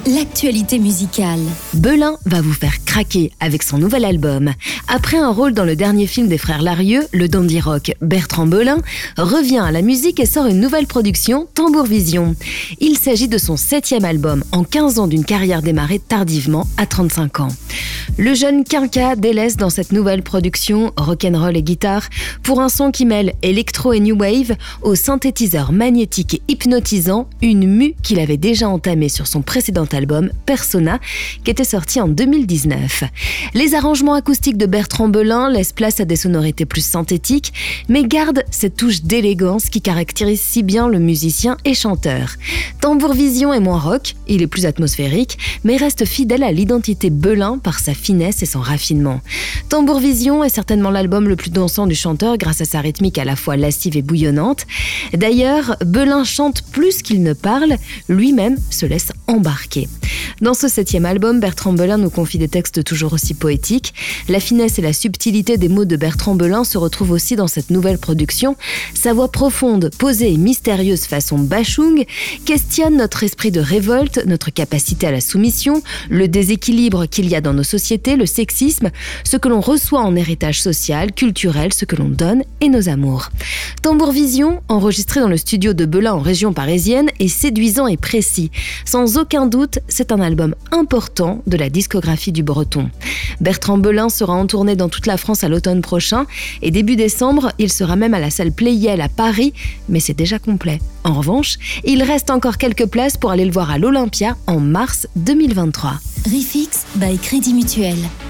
l'actualité musicale. Belin va vous faire craquer avec son nouvel album. Après un rôle dans le dernier film des frères Larieux, le dandy rock Bertrand Belin revient à la musique et sort une nouvelle production, Tambour Vision. Il s'agit de son 7e album en 15 ans d'une carrière démarrée tardivement à 35 ans. Le jeune Quinca délaisse dans cette nouvelle production rock'n'roll et guitare pour un son qui mêle électro et new wave au synthétiseur magnétique et hypnotisant, une mue qu'il avait déjà entamée sur son précédent album Persona qui était sorti en 2019. Les arrangements acoustiques de Bertrand Belin laissent place à des sonorités plus synthétiques mais gardent cette touche d'élégance qui caractérise si bien le musicien et chanteur. Tambour Vision est moins rock, il est plus atmosphérique mais reste fidèle à l'identité Belin par sa finesse et son raffinement. Tambour Vision est certainement l'album le plus dansant du chanteur grâce à sa rythmique à la fois lascive et bouillonnante. D'ailleurs, Belin chante plus qu'il ne parle, lui-même se laisse embarquer. Dans ce 7e album, Bertrand Belin nous confie des textes toujours aussi poétiques. La finesse et la subtilité des mots de Bertrand Belin se retrouvent aussi dans cette nouvelle production. Sa voix profonde, posée et mystérieuse façon Bachung questionne notre esprit de révolte, notre capacité à la soumission, le déséquilibre qu'il y a dans nos sociétés, le sexisme, ce que l'on reçoit en héritage social, culturel, ce que l'on donne et nos amours. Tambour Vision, enregistré dans le studio de Belin en région parisienne, est séduisant et précis. Sans aucun doute, c'est un album important de la discographie du Breton. Bertrand Belin sera en tournée dans toute la France à l'automne prochain et début décembre, il sera même à la salle Playel à Paris, mais c'est déjà complet. En revanche, il reste encore quelques places pour aller le voir à l'Olympia en mars 2023. Rifix by Crédit Mutuel.